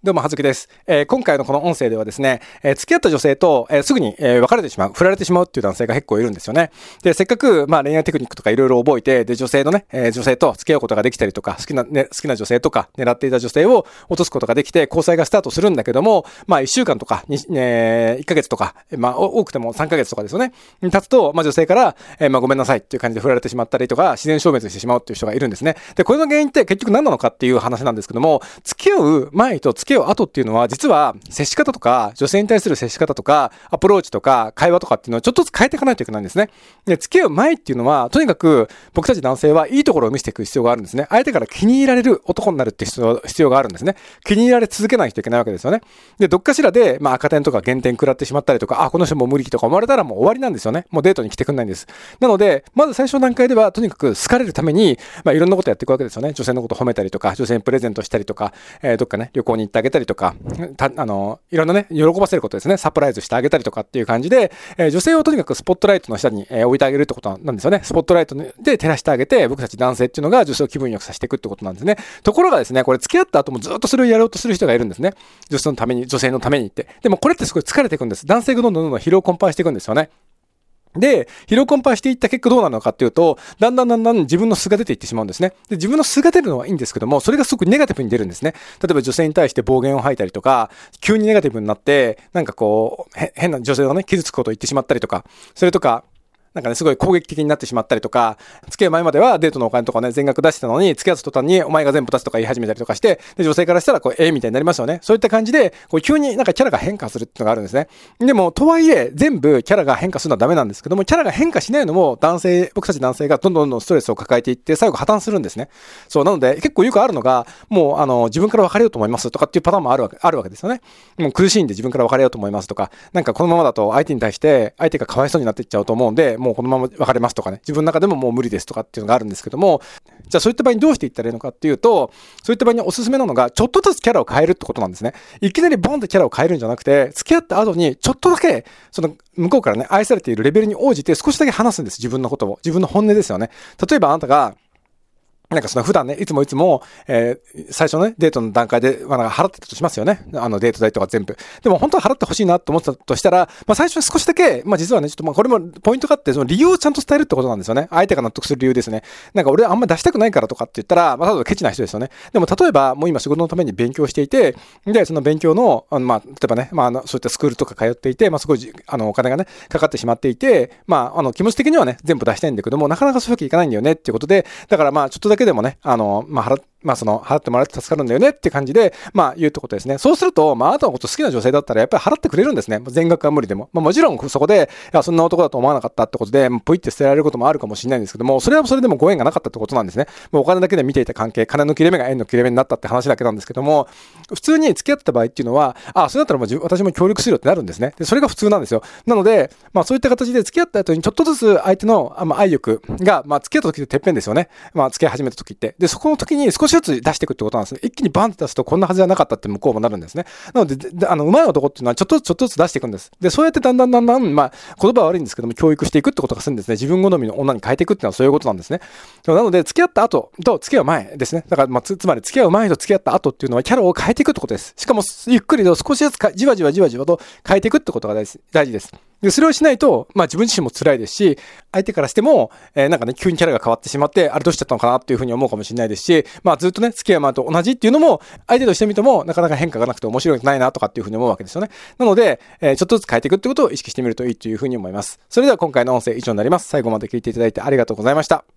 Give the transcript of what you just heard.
どうも、はずきです。今回のこの音声ではですね、付き合った女性と、すぐに、別れてしまう、振られてしまうっていう男性が結構いるんですよね。で、せっかく、恋愛テクニックとかいろいろ覚えて、で、女性のね、女性と付き合うことができたりとか、好きな女性とか、狙っていた女性を落とすことができて、交際がスタートするんだけども、1週間とか、1ヶ月とか、多くても3ヶ月とかですよね。経つと、女性から、ごめんなさいっていう感じで振られてしまったりとか、自然消滅してしまうっていう人がいるんですね。で、これの原因って結局何なのかっていう話なんですけども、付き合う前と付き合う後っていうのは、実は接し方とか、女性に対する接し方とか、アプローチとか、会話とかっていうのをちょっとずつ変えていかないといけないんですね。で、付き合う前っていうのは、とにかく僕たち男性はいいところを見せていく必要があるんですね。相手から気に入られる男になるって必要があるんですね。気に入られ続けないといけないわけですよね。で、どっかしらで、赤点とか減点食らってしまったりとか、この人もう無理とか思われたらもう終わりなんですよね。もうデートに来てくんないんです。なので、まず最初の段階では、とにかく好かれるために、いろんなことやっていくわけですよね。女性のこと褒めたりとか、女性にプレゼントしたりとか、どっかね、旅行に行ってあげたりとか、いろんなね、喜ばせることですね。サプライズしてあげたりとかっていう感じで、女性をとにかくスポットライトの下に、置いてあげるってことなんですよね。スポットライトで照らしてあげて、僕たち男性っていうのが女性を気分よくさせていくってことなんですね。ところがですね、これ付き合った後もずっとそれをやろうとする人がいるんですね。女性のためにって。でもこれってすごい疲れていくんです。男性がどんどん疲労困憊していくんですよね。で、疲労困憊していった結果どうなるのかっていうと、だんだん自分の素が出ていってしまうんですね。で、自分の素が出るのはいいんですけども、それがすごくネガティブに出るんですね。例えば女性に対して暴言を吐いたりとか、急にネガティブになって、変な女性がね、傷つくことを言ってしまったりとか、それとか、すごい攻撃的になってしまったりとか、付き合う前まではデートのお金とかね、全額出してたのに、付き合った途端にお前が全部出すとか言い始めたりとかして、で、女性からしたらみたいになりますよね。そういった感じで、急にキャラが変化するっていうのがあるんですね。でも、とはいえ、全部キャラが変化するのはダメなんですけども、キャラが変化しないのも僕たち男性がどんどんストレスを抱えていって、最後破綻するんですね。そう、なので、結構よくあるのが、もう、自分から別れようと思いますとかっていうパターンもあるわけですよね。もう苦しいんで自分から別れようと思いますとか、このままだと相手に対して、相手がかわいそうになっていっちゃうと思うんで、もうこのまま別れますとかね、自分の中でももう無理ですとかっていうのがあるんですけども、じゃあそういった場合にどうしていったらいいのかっていうと、そういった場合におすすめなのが、ちょっとずつキャラを変えるってことなんですね。いきなりボンってキャラを変えるんじゃなくて、付き合った後にちょっとだけ、向こうからね、愛されているレベルに応じて少しだけ話すんです。自分のことを。自分の本音ですよね。例えばあなたが、普段ね、いつも、最初のね、デートの段階で、払ってたとしますよね。デート代とか全部。でも本当は払ってほしいなと思ってたとしたら、最初は少しだけ、実はね、ちょっとこれもポイントがあって、その理由をちゃんと伝えるってことなんですよね。相手が納得する理由ですね。俺あんまり出したくないからとかって言ったら、ただケチな人ですよね。でも例えば、もう今仕事のために勉強していて、で、その勉強の、例えばね、そういったスクールとか通っていて、すごい、お金がね、かかってしまっていて、気持ち的にはね、全部出したいんだけども、なかなかそういうわけいかないんだよねっていうことで、だからちょっとだけでもね、払ってもらって助かるんだよねって感じで、言うってことですね。そうすると、あなたのこと好きな女性だったらやっぱり払ってくれるんですね。全額は無理でも。もちろんそこで、そんな男だと思わなかったってことで、ポイって捨てられることもあるかもしれないんですけども、それはそれでもご縁がなかったってことなんですね。お金だけで見ていた関係、金の切れ目が縁の切れ目になったって話だけなんですけども、普通に付き合った場合っていうのは、それだったら私も協力するよってなるんですね。で、それが普通なんですよ。なので、そういった形で付き合った後にちょっとずつ相手の、愛欲が、付き合った時でてっぺんですよね。付き合い始めた時って。で、そこの時に少しずつ出していくってことなんですね。一気にバンって出すとこんなはずじゃなかったって向こうもなるんですね。なので、うまい男っていうのはちょっとずつ出していくんです。で、そうやってだんだん、言葉は悪いんですけども、教育していくってことがするんですね。自分好みの女に変えていくっていうのはそういうことなんですね。なので、付き合った後と付き合う前ですね。だから、つまり付き合う前と付き合った後っていうのはキャラを変えていくってことです。しかも、ゆっくりと少しずつじわじわと変えていくってことが大事です。で、それをしないと、自分自身も辛いですし、相手からしても、急にキャラが変わってしまって、あれどうしちゃったのかなっていうふうに思うかもしれないですし、ずっとね、付き合う前と同じっていうのも、相手としてみても、なかなか変化がなくて面白くないなとかっていうふうに思うわけですよね。なので、ちょっとずつ変えていくってことを意識してみるといいというふうに思います。それでは今回の音声以上になります。最後まで聞いていただいてありがとうございました。